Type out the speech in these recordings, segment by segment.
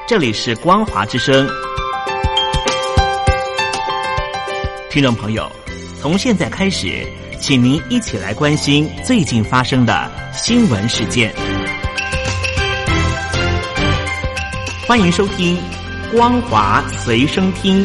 这里是光华之声。听众朋友，从现在开始，请您一起来关心最近发生的新闻事件。欢迎收听光华随身听。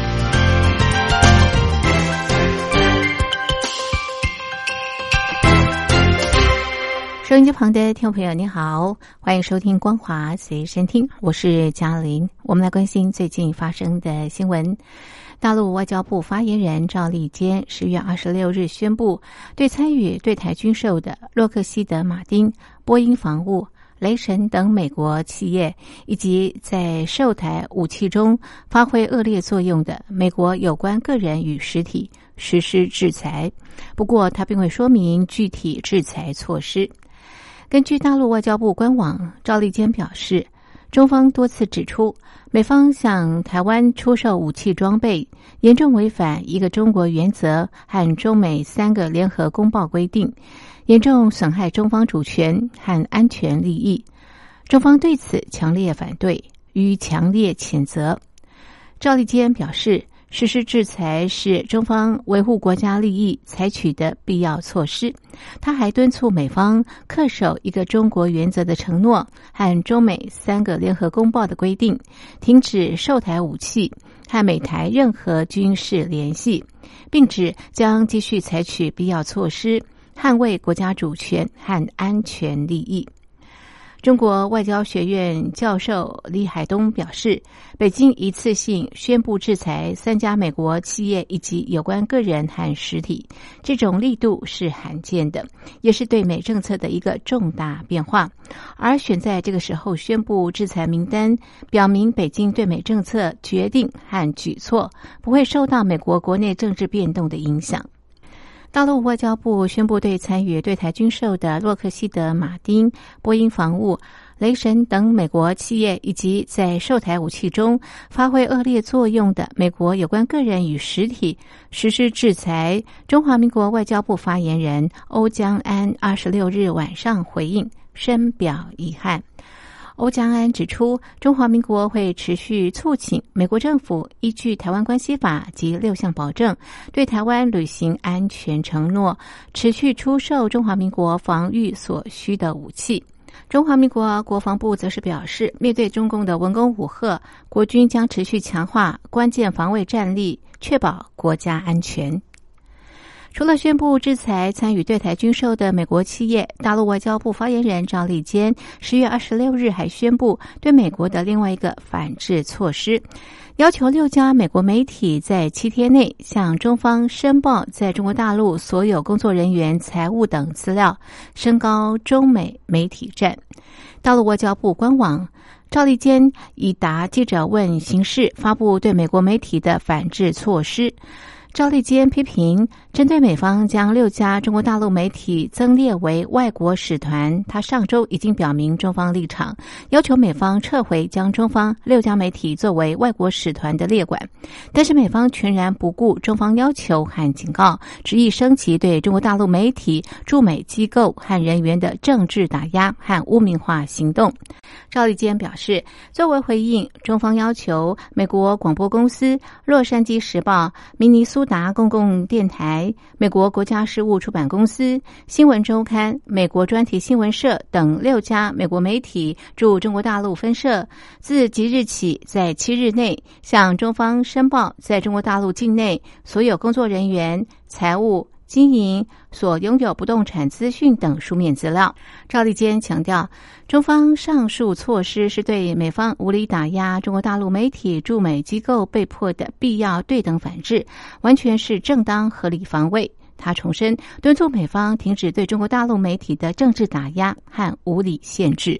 收音机旁的听众朋友您好，欢迎收听光华随身听，我是嘉玲。我们来关心最近发生的新闻。大陆外交部发言人赵立坚10月26日宣布，对参与对台军售的洛克希德马丁、波音防务、雷神等美国企业，以及在售台武器中发挥恶劣作用的美国有关个人与实体实施制裁。不过他并未说明具体制裁措施。根据大陆外交部官网，赵立坚表示，中方多次指出，美方向台湾出售武器装备，严重违反一个中国原则和中美3个联合公报规定，严重损害中方主权和安全利益。中方对此强烈反对，予强烈谴责。赵立坚表示，实施制裁是中方维护国家利益采取的必要措施。他还敦促美方恪守一个中国原则的承诺和中美3个联合公报的规定，停止售台武器和美台任何军事联系，并指将继续采取必要措施，捍卫国家主权和安全利益。中国外交学院教授李海东表示，北京一次性宣布制裁3家美国企业以及有关个人和实体，这种力度是罕见的，也是对美政策的一个重大变化。而选在这个时候宣布制裁名单，表明北京对美政策决定和举措不会受到美国国内政治变动的影响。大陆外交部宣布，对参与对台军售的洛克希德马丁、波音防务、雷神等美国企业，以及在售台武器中发挥恶劣作用的美国有关个人与实体实施制裁。中华民国外交部发言人欧江安26日晚上回应，深表遗憾。欧江安指出，中华民国会持续促请美国政府依据《台湾关系法》及6项保证，对台湾履行安全承诺，持续出售中华民国防御所需的武器。中华民国国防部则是表示，面对中共的文攻武吓，国军将持续强化关键防卫战力，确保国家安全。除了宣布制裁参与对台军售的美国企业，大陆外交部发言人赵立坚10月26日还宣布对美国的另外一个反制措施，要求6家美国媒体在7天内向中方申报在中国大陆所有工作人员财务等资料，升高中美媒体战。大陆外交部官网，赵立坚以答记者问形式发布对美国媒体的反制措施。赵立坚批评，针对美方将6家中国大陆媒体增列为外国使团，他上周已经表明中方立场，要求美方撤回将中方6家媒体作为外国使团的列管。但是美方全然不顾中方要求和警告，执意升级对中国大陆媒体、驻美机构和人员的政治打压和污名化行动。赵立坚表示，作为回应，中方要求美国广播公司、洛杉矶时报、明尼苏达公共电台、美国国家事务出版公司、新闻周刊、美国专题新闻社等6家美国媒体驻中国大陆分社，自即日起在7日内向中方申报在中国大陆境内所有工作人员、财务、经营、所拥有不动产资讯等书面资料。赵立坚强调，中方上述措施是对美方无理打压中国大陆媒体驻美机构被迫的必要对等反制，完全是正当合理防卫。他重申，敦促美方停止对中国大陆媒体的政治打压和无理限制。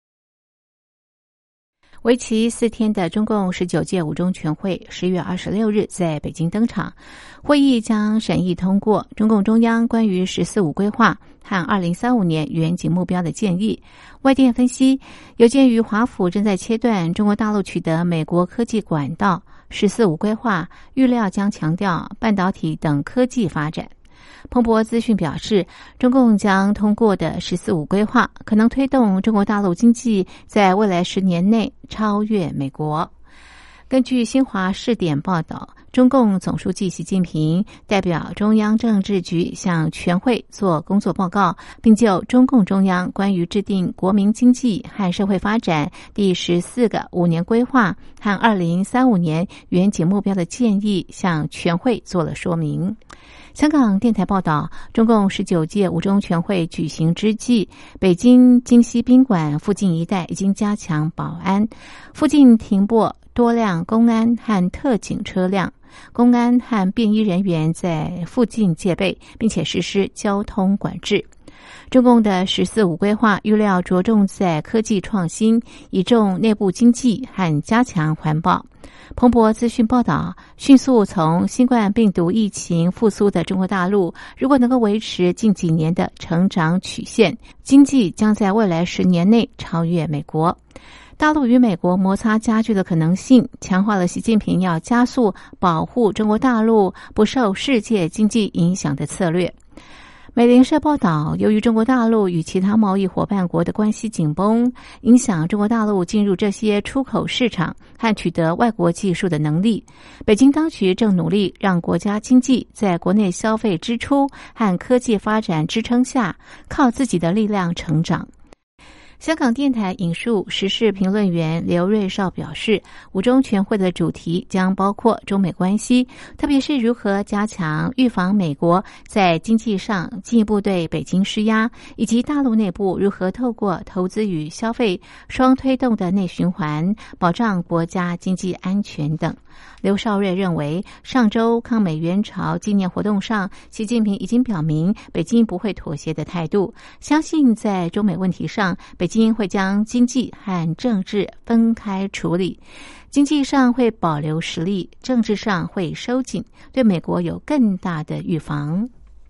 为期4天的中共19届五中全会10月26日在北京登场，会议将审议通过中共中央关于“十四五”规划和2035年远景目标的建议。外电分析，有鉴于华府正在切断中国大陆取得美国科技管道，“十四五”规划预料将强调半导体等科技发展。 彭博资讯表示，中共将通过的“十四五”规划可能推动中国大陆经济在未来10年内超越美国。根据新华视点报道，中共总书记习近平代表中央政治局向全会做工作报告，并就中共中央关于制定国民经济和社会发展第14个5年规划和2035年远景目标的建议向全会做了说明。香港电台报道，中共19届五中全会举行之际，北京京西宾馆附近一带已经加强保安，附近停泊多辆公安和特警车辆，公安和便衣人员在附近戒备，并且实施交通管制。中共的“十四五”规划预料着重在科技创新，倚重内部经济和加强环保。彭博资讯报道，迅速从新冠病毒疫情复苏的中国大陆，如果能够维持近几年的成长曲线，经济将在未来10年内超越美国。大陆与美国摩擦加剧的可能性，强化了习近平要加速保护中国大陆不受世界经济影响的策略。美联社报道，由于中国大陆与其他贸易伙伴国的关系紧绷，影响中国大陆进入这些出口市场和取得外国技术的能力，北京当局正努力让国家经济在国内消费支出和科技发展支撑下，靠自己的力量成长。香港电台引述时事评论员刘瑞绍表示，五中全会的主题将包括中美关系，特别是如何加强预防美国在经济上进一步对北京施压，以及大陆内部如何透过投资与消费双推动的内循环，保障国家经济安全等。刘绍瑞认为，上周抗美援朝纪念活动上，习近平已经表明北京不会妥协的态度，相信在中美问题上，北京会将经济和政治分开处理，经济上会保留实力，政治上会收紧，对美国有更大的预防。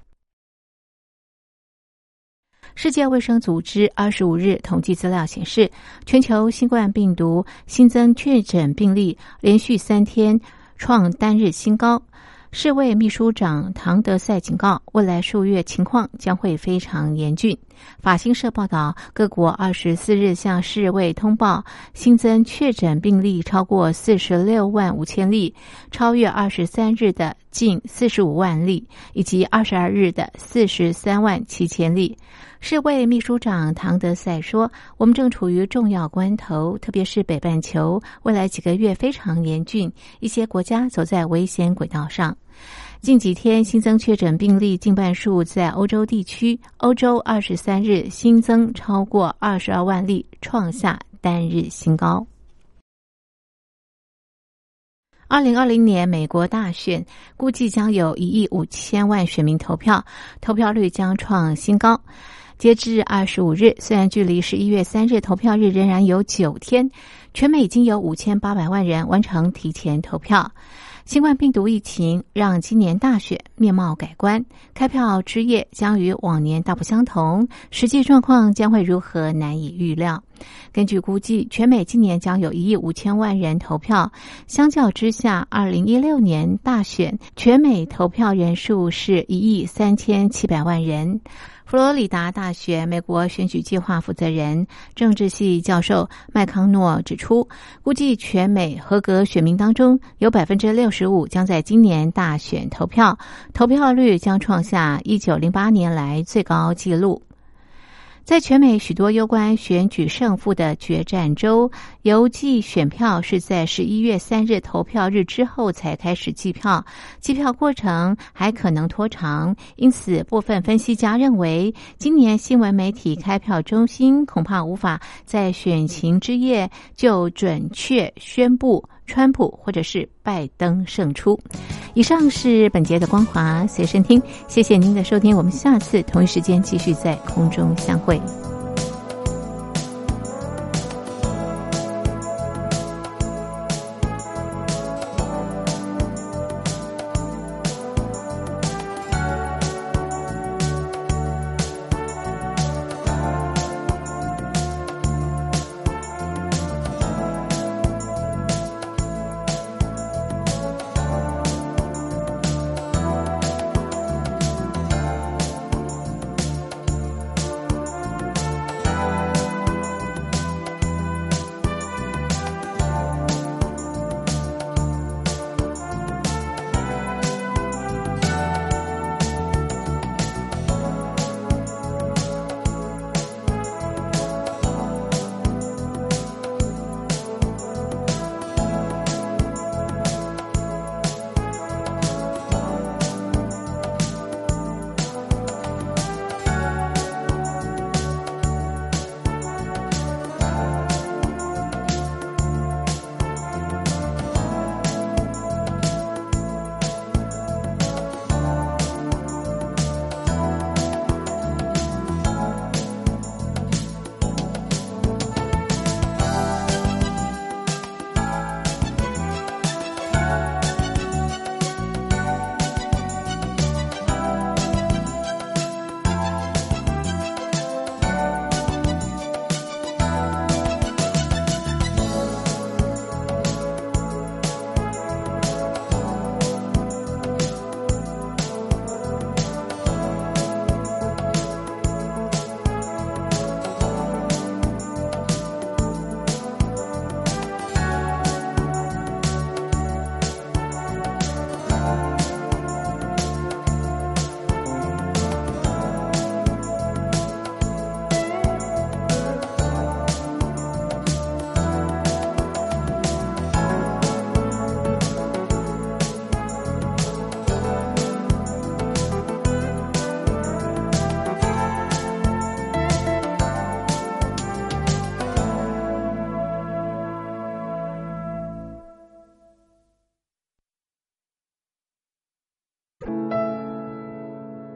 世界卫生组织25日统计资料显示，全球新冠病毒新增确诊病例连续3天创单日新高。世卫秘书长唐德赛警告，未来数月情况将会非常严峻。法新社报道，各国24日向世卫通报新增确诊病例超过46万5千例，超越23日的近45万例，以及22日的43万7千例。世卫秘书长唐德赛说，我们正处于重要关头，特别是北半球，未来几个月非常严峻，一些国家走在危险轨道上。近几天新增确诊病例近半数在欧洲地区，欧洲23日新增超过22万例，创下单日新高。2020年美国大选估计将有1亿5千万选民投票，投票率将创新高。截至25日，虽然距离11月3日投票日仍然有9天，全美已经有5800万人完成提前投票。新冠病毒疫情让今年大选面貌改观，开票之夜将与往年大不相同，实际状况将会如何难以预料。根据估计，全美今年将有1亿5千万人投票，相较之下2016年大选全美投票人数是1亿3700万人。佛罗里达大学美国选举计划负责人、政治系教授麦康诺指出，估计全美合格选民当中有 65% 将在今年大选投票，投票率将创下1908年来最高纪录。在全美许多攸关选举胜负的决战州，邮寄选票是在11月3日投票日之后才开始计票，计票过程还可能拖长，因此部分分析家认为，今年新闻媒体开票中心恐怕无法在选情之夜就准确宣布川普或者是拜登胜出。以上是本节的光华随身听，谢谢您的收听，我们下次同一时间继续在空中相会。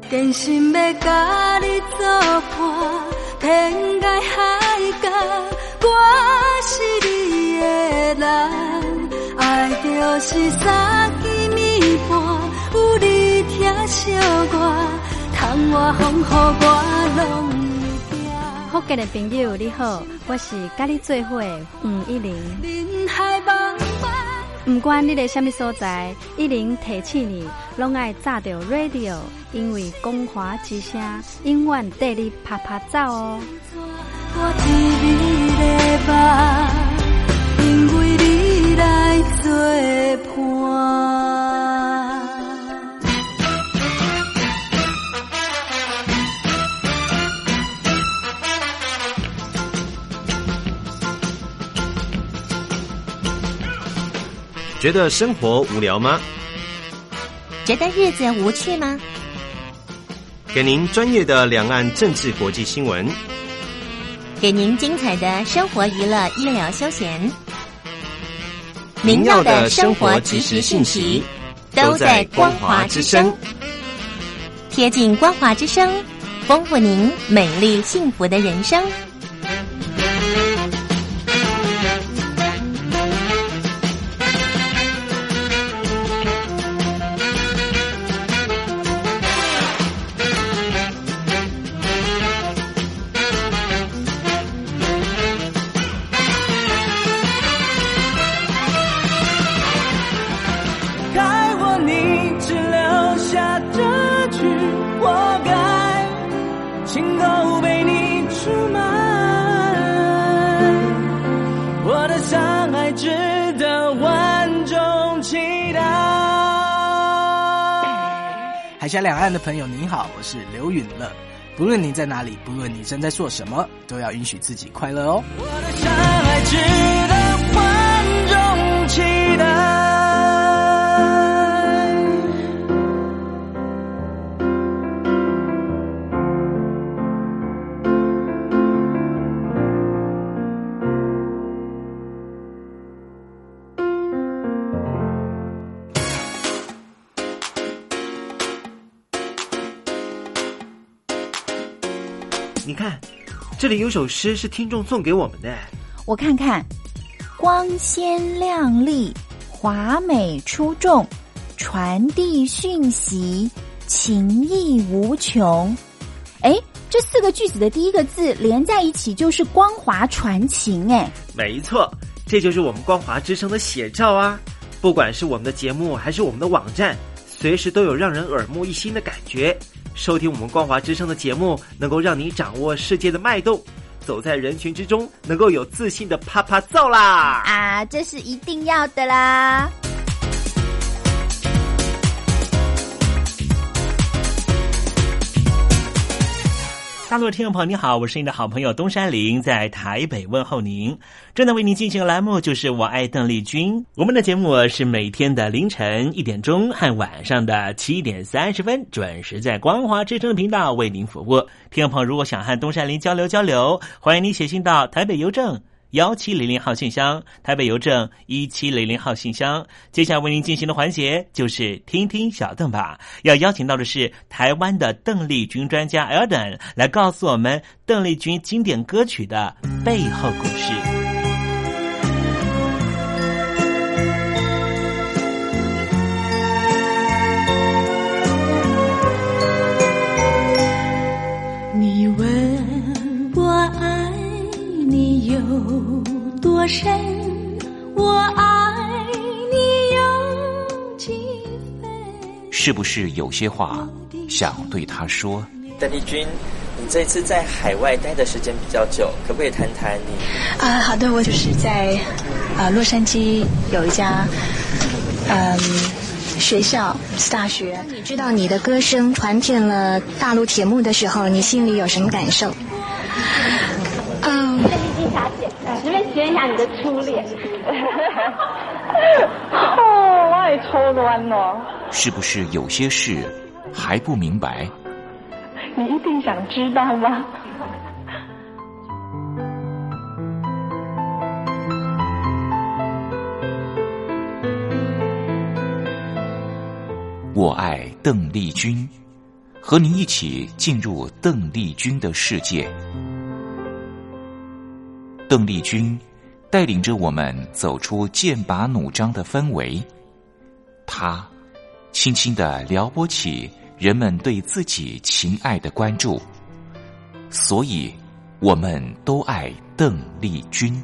真心要甲你作伴，天涯海角，我是你的人，爱就是三更暝半，有你疼惜我，窗外风雨我拢会惊。 福建的朋友你好，我是甲你做伙黄一玲。 人海茫茫。 不管你在什么所在，一零提起你，拢爱炸到 radio， 因为光华之声永远带你啪啪走哦。 我替你在梦，因为你来作伴。 觉得生活无聊吗？ 觉得日子无趣吗？ 给您专业的两岸政治国际新闻， 给您精彩的生活娱乐医疗休闲，您要的生活即时信息都在光华之声，贴近光华之声，丰富您美丽幸福的人生。 海峡两岸的朋友您好，我是刘允乐。不论你在哪里，不论你正在做什么，都要允许自己快乐哦。我的相爱值得万众期待。 你看，这里有首诗是听众送给我们的。 我看看，光鲜亮丽，华美出众，传递讯息，情意无穷。哎，这四个句子的第一个字连在一起就是光华传情。哎， 没错，这就是我们光华之声的写照啊！不管是我们的节目还是我们的网站，随时都有让人耳目一新的感觉。收听我们光华之声的节目，能够让你掌握世界的脉动，走在人群之中，能够有自信的啪啪造啦！ 啊，这是一定要的啦！ 大陆的听众朋友你好，我是您的好朋友东山林，在台北问候您。正在为您进行的栏目就是我爱邓丽君，我们的节目是每天的凌晨1点钟和晚上的7点30分准时在光华之声的频道为您服务。听众朋友如果想和东山林交流，欢迎你写信到台北邮政1700号信箱，台北邮政1700号信箱。接下来为您进行的环节就是听听小邓吧，要邀请到的是台湾的邓丽君专家 Elden 来告诉我们邓丽君经典歌曲的背后故事。 你问我爱你有多深，我爱你有几分。 是不是有些话想对他说？ 邓丽君，你这次在海外待的时间比较久，可不可以谈谈你？ 好的，我就是在洛杉矶有一家学校大学。你知道你的歌声传遍了大陆铁幕的时候，你心里有什么感受？ 邓丽君小姐，随便学一下你的初恋。 我也超乱哦。 是不是有些事还不明白？ 你一定想知道吗？ 我爱邓丽君， 和您一起进入邓丽君的世界。邓丽君带领着我们走出剑拔弩张的氛围，她轻轻地撩拨起人们对自己情爱的关注，所以我们都爱邓丽君。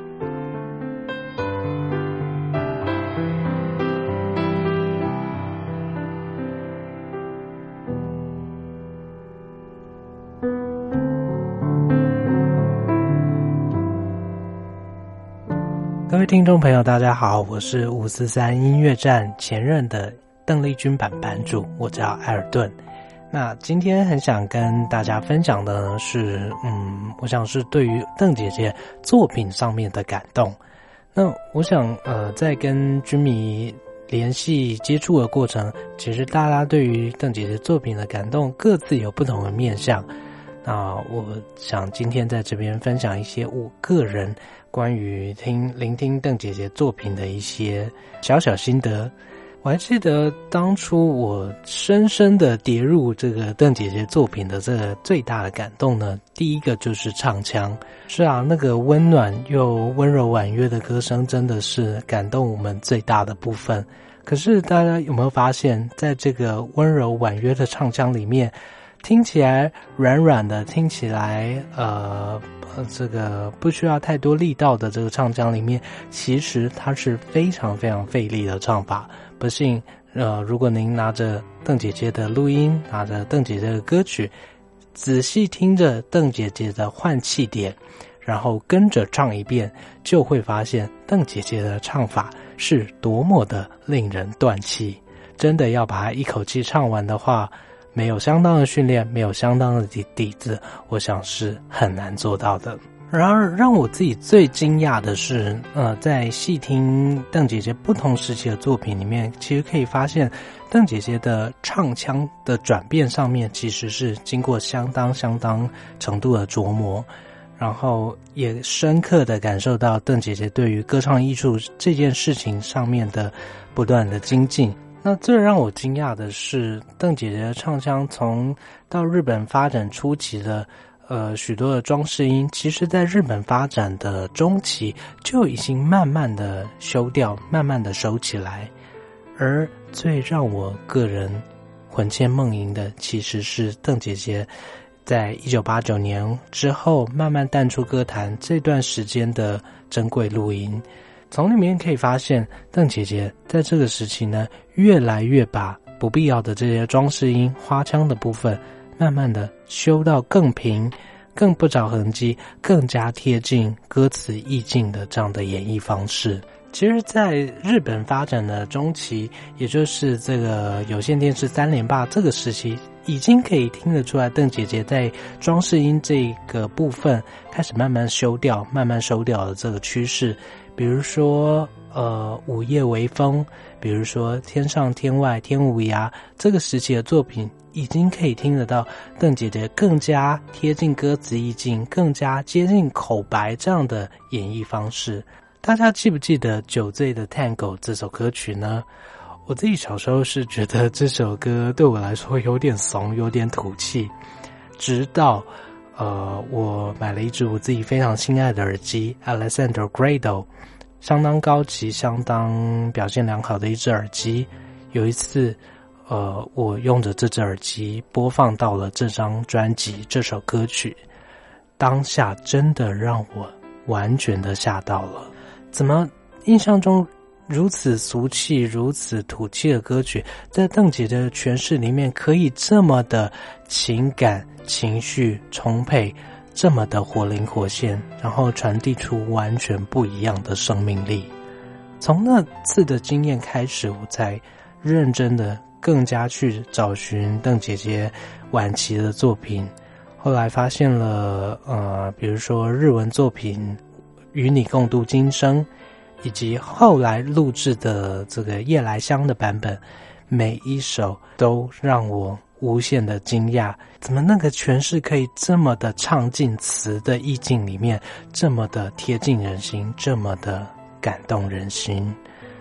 各位听众朋友大家好，我是543音乐站前任的邓丽君版版主，我叫艾尔顿。那今天很想跟大家分享的呢是我想是对于邓姐姐作品上面的感动。那我想在跟君迷联系接触的过程，其实大家对于邓姐姐作品的感动各自有不同的面向。那我想今天在这边分享一些我个人关于聆听邓姐姐作品的一些小小心得。我还记得当初我深深的跌入这个邓姐姐作品的这个最大的感动呢，第一个就是唱腔。是啊，那个温暖又温柔婉约的歌声真的是感动我们最大的部分。可是大家有没有发现，在这个温柔婉约的唱腔里面，听起来软软的，听起来这个不需要太多力道的这个唱腔里面，其实它是非常非常费力的唱法。不信如果您拿着邓姐姐的录音，拿着邓姐姐的歌曲，仔细听着邓姐姐的换气点，然后跟着唱一遍，就会发现邓姐姐的唱法是多么的令人断气。真的要把它一口气唱完的话，没有相当的训练，没有相当的底子，我想是很难做到的。然而让我自己最惊讶的是在细听邓姐姐不同时期的作品里面，其实可以发现邓姐姐的唱腔的转变上面其实是经过相当程度的琢磨，然后也深刻的感受到邓姐姐对于歌唱艺术这件事情上面的不断的精进。那最让我惊讶的是，邓姐姐的唱腔从到日本发展初期的许多的装饰音，其实在日本发展的中期就已经慢慢的修掉，慢慢的收起来。而最让我个人魂牵梦萦的，其实是邓姐姐在1989年之后慢慢淡出歌坛这段时间的珍贵录音。从里面可以发现，邓姐姐在这个时期呢，越来越把不必要的这些装饰音、花腔的部分，慢慢的修到更平、更不着痕迹、更加贴近歌词意境的这样的演绎方式。其实在日本发展的中期，也就是这个有线电视3连霸这个时期，已经可以听得出来邓姐姐在装饰音这个部分开始慢慢收掉的这个趋势。比如说午夜微风，比如说天上天外天无涯，这个时期的作品已经可以听得到邓姐姐更加贴近歌词意境，更加接近口白这样的演绎方式。大家记不记得《酒醉的探戈》这首歌曲呢？我自己小时候是觉得这首歌对我来说有点怂，有点土气，直到我买了一只我自己非常心爱的耳机 Alessandro Grado， 相当高级、相当表现良好的一只耳机。有一次我用着这只耳机播放到了这张专辑这首歌曲，当下真的让我完全的吓到了。怎么印象中如此俗气、如此土气的歌曲，在邓姐的诠释里面可以这么的情感、情绪充沛，这么的活灵活现，然后传递出完全不一样的生命力。从那次的经验开始，我才认真的更加去找寻邓姐姐晚期的作品。后来发现了比如说日文作品与你共度今生，以及后来录制的这个夜来香的版本，每一首都让我无限的惊讶，怎么那个诠释可以这么的唱进词的意境里面，这么的贴近人心，这么的感动人心。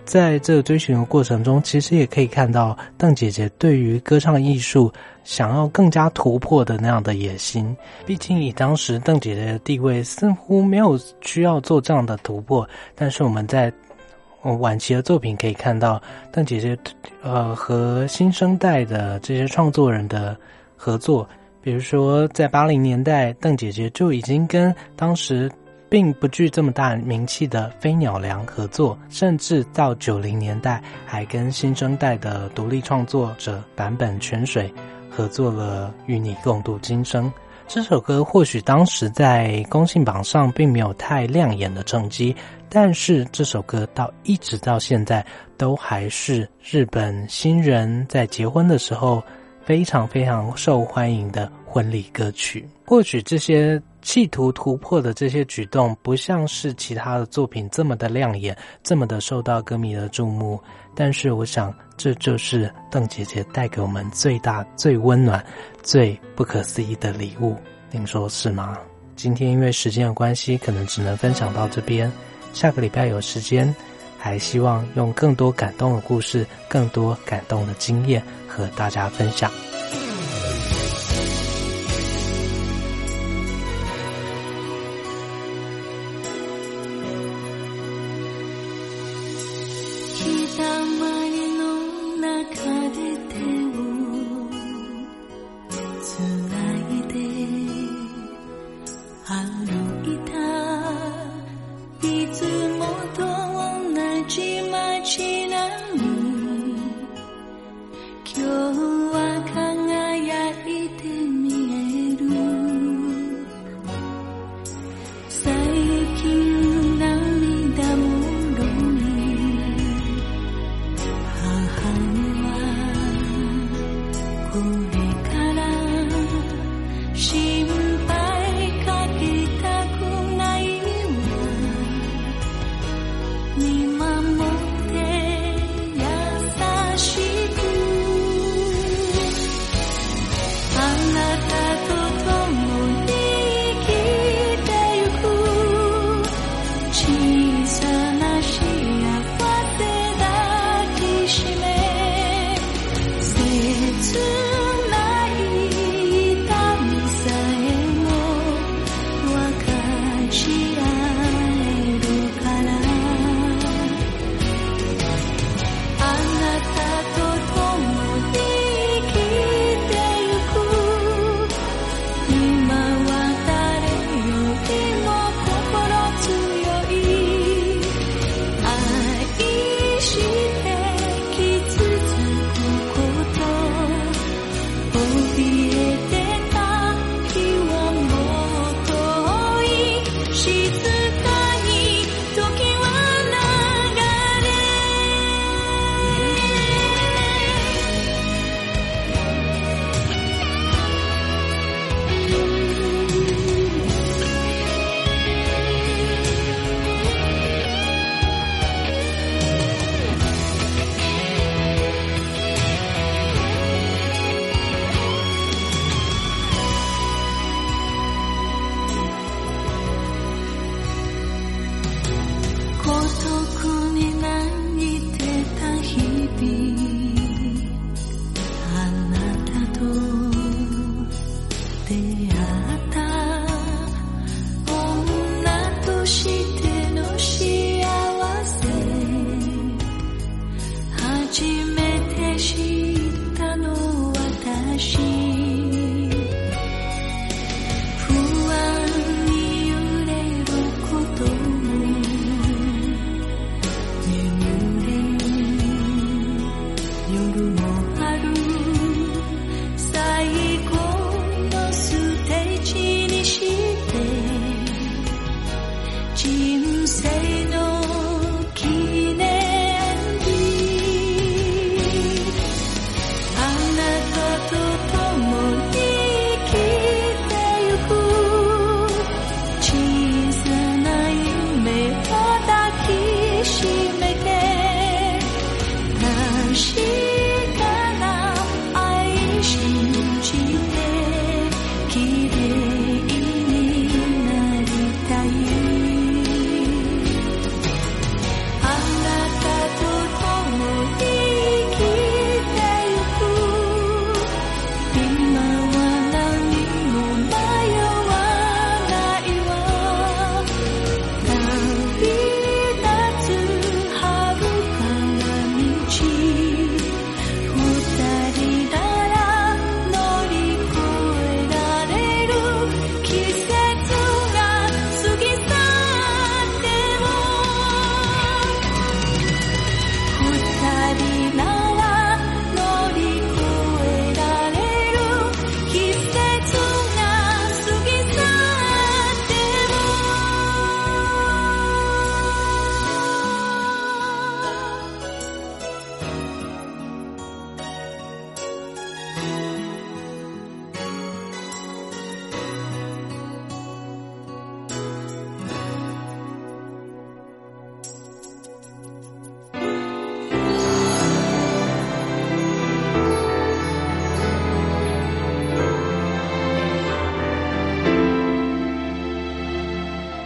在这个追寻的过程中，其实也可以看到邓姐姐对于歌唱艺术想要更加突破的那样的野心。毕竟以当时邓姐姐的地位，似乎没有需要做这样的突破，但是我们在晚期的作品可以看到邓姐姐和新生代的这些创作人的合作。比如说在80年代，邓姐姐就已经跟当时并不具这么大名气的飞鸟良合作，甚至到90年代还跟新生代的独立创作者坂本泉水合作了《与你共度今生》。这首歌或许当时在公信榜上并没有太亮眼的成绩，但是这首歌一直到现在都还是日本新人在结婚的时候非常非常受欢迎的婚礼歌曲。或许这些企图突破的这些举动不像是其他的作品这么的亮眼，这么的受到歌迷的注目，但是我想这就是邓姐姐带给我们最大最温暖最不可思议的礼物，您说是吗？今天因为时间的关系可能只能分享到这边，下个礼拜有时间还希望用更多感动的故事，更多感动的经验和大家分享。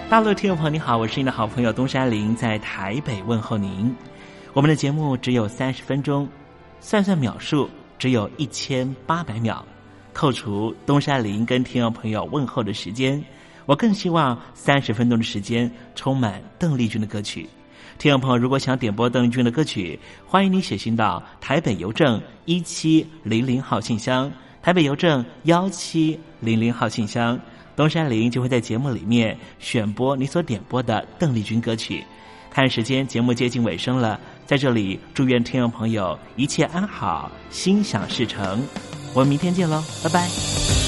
大陆的听众朋友你好，我是您的好朋友东山林，在台北问候您。我们的节目只有30分钟，算算秒数只有1800秒，扣除东山林跟听众朋友问候的时间，我更希望30分钟的时间充满邓丽君的歌曲。听众朋友如果想点播邓丽君的歌曲，欢迎你写信到台北邮政1700号信箱，台北邮政1700号信箱，东山林就会在节目里面选播你所点播的邓丽君歌曲。看时间，节目接近尾声了，在这里祝愿听众朋友一切安好，心想事成。我们明天见喽，拜拜。